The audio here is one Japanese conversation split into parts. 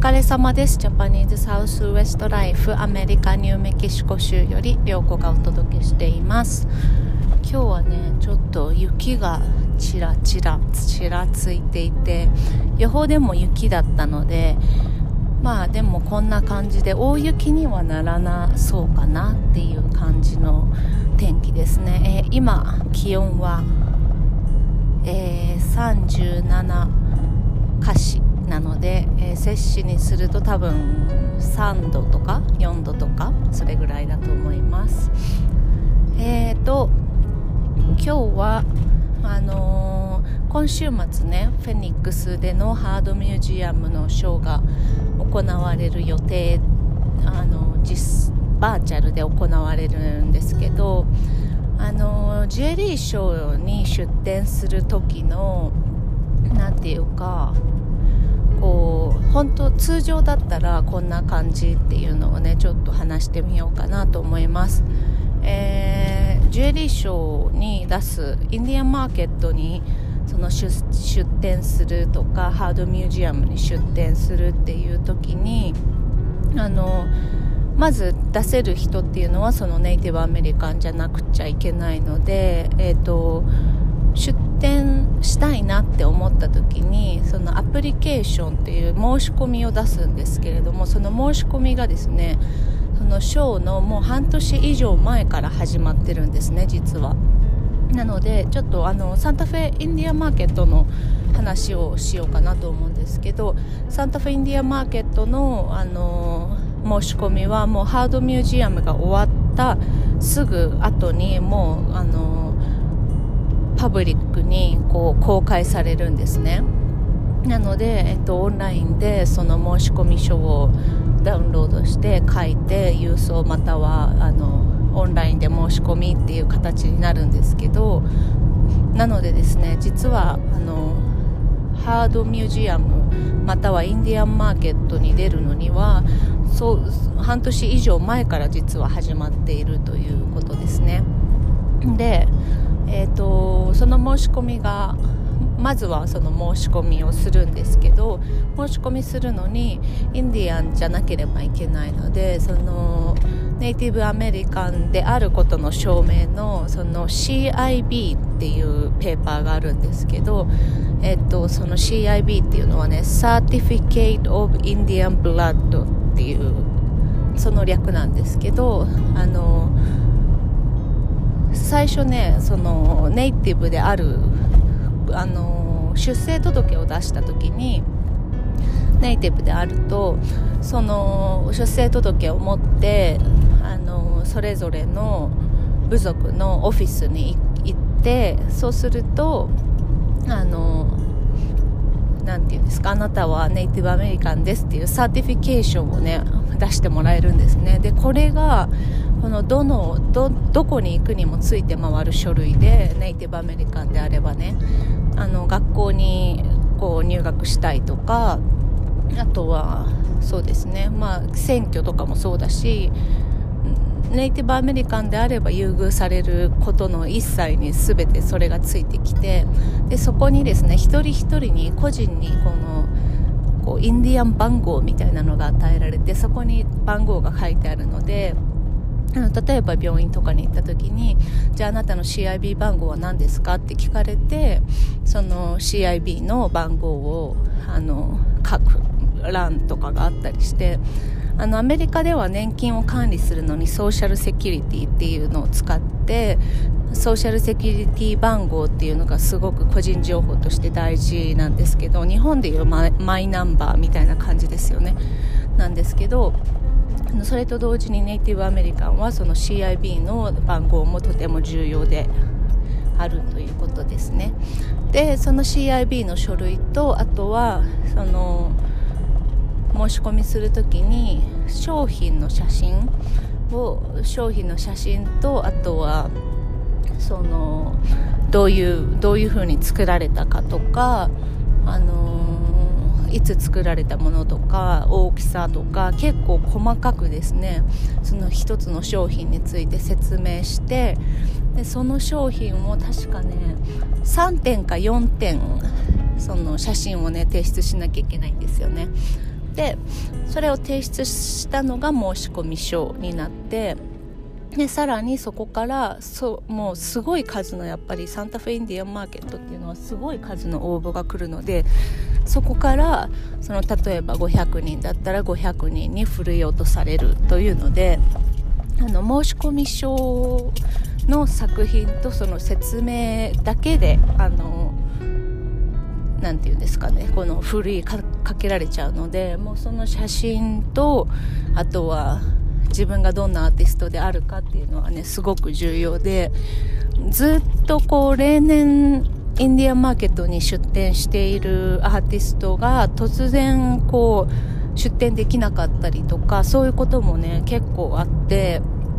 疲れ様です。ジャパニーズサウスウエストライフアメリカニューメキシコ州より涼子がお届けしています。今日はねちょっと雪がちらついていて、予報でも雪だったので、でもこんな感じで大雪にはならなそうかなっていう感じの天気ですね。今気温は、37華氏なので、摂氏にすると多分3度とか4度とかそれぐらいだと思います。今日は今週末ねフェニックスでのハードミュージアムのショーが行われる予定、バーチャルで行われるんですけど、ジュエリーショーに出展する時のなんていうか本当通常だったらこんな感じっていうのをねちょっと話してみようかなと思います。ジュエリーショーに出すインディアンマーケットにその出展するとかハードミュージアムに出展するっていう時にまず出せる人っていうのはそのネイティブアメリカンじゃなくちゃいけないので、出展したいなって思った時にそのアプリケーションっていう申し込みを出すんですけれども、その申し込みがですねそのショーのもう半年以上前から始まってるんですね実は。なのでちょっとサンタフェインディアンマーケットの話をしようかなと思うんですけど、サンタフェインディアンマーケットの申し込みはもうハードミュージアムが終わったすぐ後にもうパブリックに公開されるんですね。なので、オンラインでその申し込み書をダウンロードして書いて郵送またはオンラインで申し込みっていう形になるんですけど、なのでですね実はハードミュージアムまたはインディアンマーケットに出るのには半年以上前から実は始まっているということですね。で、その申し込みがまずはその申し込みをするんですけど、申し込みするのにインディアンじゃなければいけないので、そのネイティブアメリカンであることの証明のその CIB っていうペーパーがあるんですけど、その CIB っていうのはね Certificate of Indian Blood っていうその略なんですけど、最初ねそのネイティブである出生届を出した時にネイティブであるとその出生届を持ってそれぞれの部族のオフィスに行って、そうするとなんていうんですか、あなたはネイティブアメリカンですっていうサーティフィケーションをね出してもらえるんですね。でこれがどこに行くにもついて回る書類で、ネイティブアメリカンであればね学校に入学したいとか、あとはそうですね選挙とかもそうだし、ネイティブアメリカンであれば優遇されることの一切に全てそれがついてきて、でそこにですね一人一人に個人にインディアン番号みたいなのが与えられて、そこに番号が書いてあるので、例えば病院とかに行った時にじゃああなたの CIB 番号は何ですかって聞かれて、その CIB の番号を書く欄とかがあったりして、アメリカでは年金を管理するのにソーシャルセキュリティっていうのを使って、ソーシャルセキュリティ番号っていうのがすごく個人情報として大事なんですけど、日本でいうマイナンバーみたいな感じですよね。なんですけどそれと同時にネイティブアメリカンはその CIB の番号もとても重要であるということですね。でその CIB の書類と、あとはその申し込みするときに商品の写真と、あとはそのどういう風に作られたかとか、いつ作られたものとか大きさとか結構細かくですねその一つの商品について説明して、でその商品を確かね3点か4点その写真をね提出しなきゃいけないんですよね。 でそれを提出したのが申込書になって、でさらにそこからもうすごい数のやっぱりサンタフェインディアンマーケットっていうのはすごい数の応募が来るので、そこから例えば500人だったら500人に振り落とされるというので、申込書の作品とその説明だけでなんていうんですかね、このふるいかけられちゃうので、もうその写真とあとは自分がどんなアーティストであるかっていうのはねすごく重要で、ずっと例年インディアンマーケットに出展しているアーティストが突然出展できなかったりとか、そういうこともね結構あって、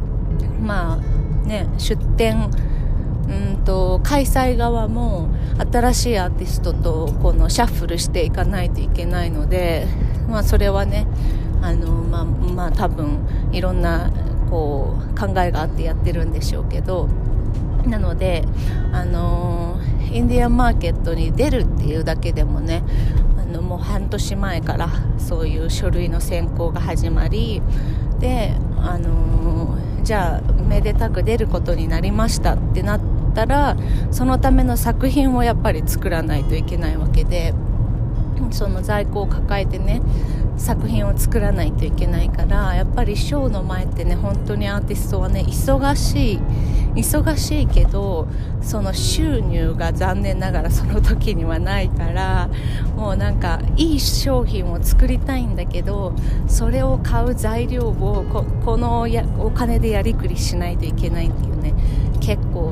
出展開催側も新しいアーティストとこのシャッフルしていかないといけないので、それはね多分いろんな考えがあってやってるんでしょうけど、なのでインディアンマーケットに出るっていうだけでもねもう半年前からそういう書類の選考が始まりで、じゃあめでたく出ることになりましたってなったら、そのための作品をやっぱり作らないといけないわけで、その在庫を抱えてね作品を作らないといけないから、やっぱりショーの前ってね本当にアーティストはね忙しいけど、その収入が残念ながらその時にはないから、もうなんかいい商品を作りたいんだけど、それを買う材料をこのお金でやりくりしないといけないっていうね、結構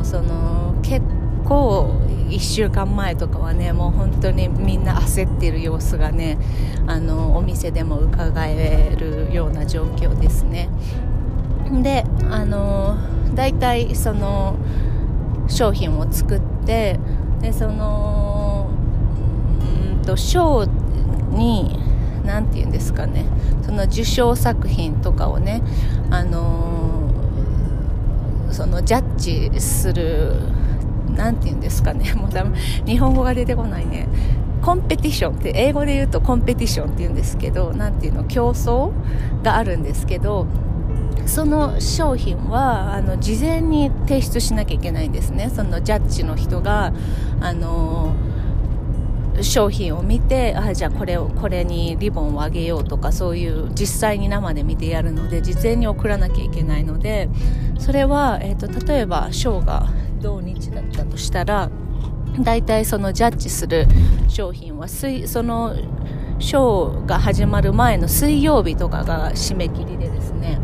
1週間前とかはねもう本当にみんな焦っている様子がねお店でも伺えるような状況ですね。でだいたいその商品を作って、でそのショーになんていうんですかね、その受賞作品とかをねそのジャッジするなんていうんですかね、もう日本語が出てこないね。コンペティションって英語で言うとコンペティションって言うんですけど、なんていうの、競争があるんですけど、その商品は事前に提出しなきゃいけないんですね。そのジャッジの人が商品を見て、じゃあこれにリボンをあげようとか、そういう実際に生で見てやるので事前に送らなきゃいけないので、それは、例えばショーが同日だったとしたら、だいたいそのジャッジする商品はそのショーが始まる前の水曜日とかが締め切りでですね、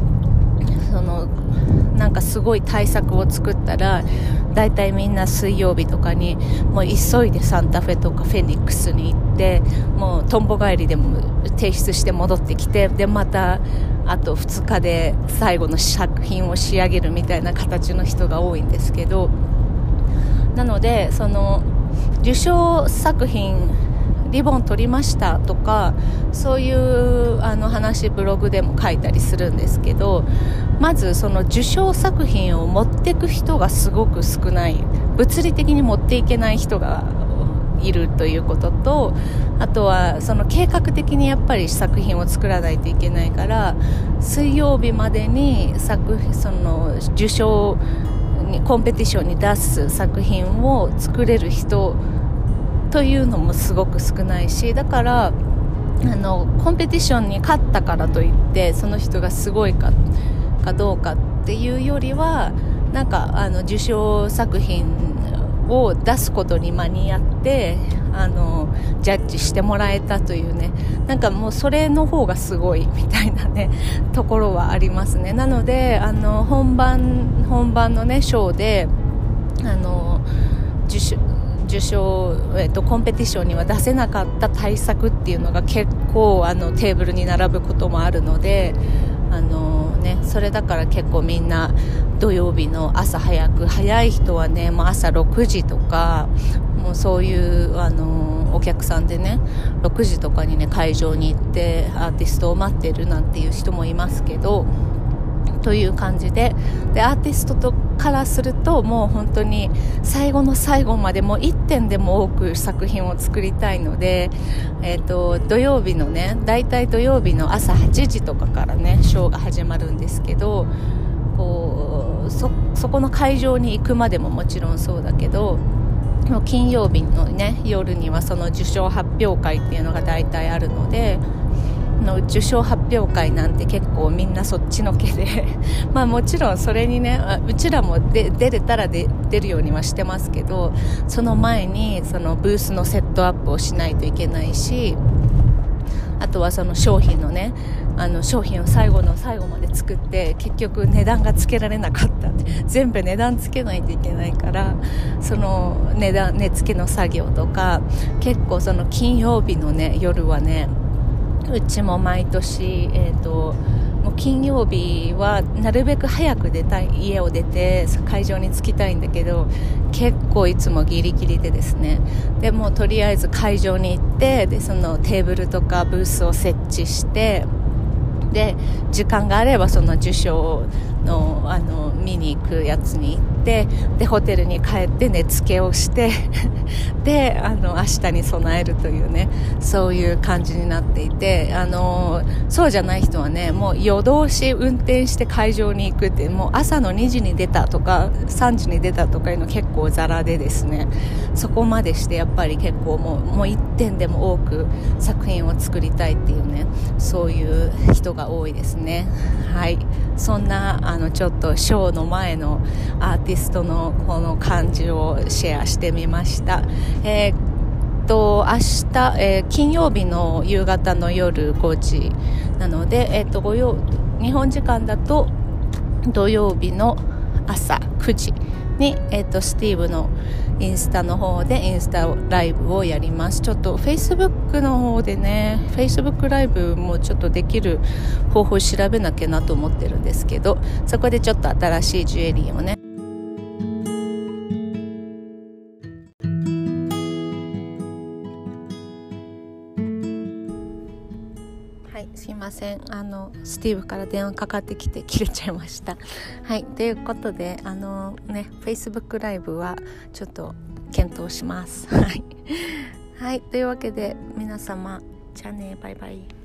なんかすごい対策を作ったら、だいたいみんな水曜日とかにもう急いでサンタフェとかフェニックスに行って、もうとんぼ帰りでも提出して戻ってきて、でまたあと2日で最後の作品を仕上げるみたいな形の人が多いんですけど、なのでその受賞作品リボン取りましたとか、そういう話ブログでも書いたりするんですけど、まずその受賞作品を持っていく人がすごく少ない、物理的に持っていけない人がいるということと、あとはその計画的にやっぱり作品を作らないといけないから、水曜日までにその受賞にコンペティションに出す作品を作れる人というのもすごく少ないし、だからコンペティションに勝ったからといってその人がすごいかどうかっていうよりは、なんか受賞作品を出すことに間に合ってジャッジしてもらえたというね、なんかもうそれの方がすごいみたいなねところはありますね。なので本番のねショーで受賞、コンペティションには出せなかった対策っていうのが結構テーブルに並ぶこともあるので、それだから結構みんな土曜日の朝早い人はね、もう朝6時とか、もうそういうお客さんでね6時とかにね会場に行ってアーティストを待ってるなんていう人もいますけど、 という感じで、アーティストからするともう本当に最後の最後までもう1点でも多く作品を作りたいので、土曜日のね、だいたい土曜日の朝8時とかからねショーが始まるんですけど、こう そこの会場に行くまでももちろんそうだけど、金曜日のね夜にはその受賞発表会っていうのがだいたいあるので、受賞発表会なんて結構みんなそっちのけでまあもちろんそれにねうちらも出れたら出るようにはしてますけど、その前にそのブースのセットアップをしないといけないし、あとはその商品のね商品を最後の最後まで作って結局値段がつけられなかったって、全部値段つけないといけないから、その値付けの作業とか、結構その金曜日のね夜はね、うちも毎年、もう金曜日はなるべく早く家を出て会場に着きたいんだけど、結構いつもギリギリでですね、でもとりあえず会場に行って、でそのテーブルとかブースを設置して、で時間があればその受賞の見に行くやつに行って、でホテルに帰って寝付けをしてで明日に備えるというね、そういう感じになっていて、そうじゃない人はねもう夜通し運転して会場に行くって、もう朝の2時に出たとか3時に出たとかいうの結構ザラでですね、そこまでしてやっぱり結構もう1点でも多く作品を作りたいっていうね、そういう人が多いですね。はい、そんなちょっとショーの前のアーティストのこの感じをシェアしてみました。明日、金曜日の夕方の夜5時なので、日本時間だと土曜日の朝9時に、スティーブのインスタの方でインスタライブをやります。ちょっと Facebook の方でね Facebook ライブもちょっとできる方法を調べなきゃなと思ってるんですけど、そこでちょっと新しいジュエリーをねすいません、スティーブから電話かかってきて切れちゃいました。はい、ということでFacebook ライブはちょっと検討します。はい、はい、というわけで皆様じゃあね、バイバイ。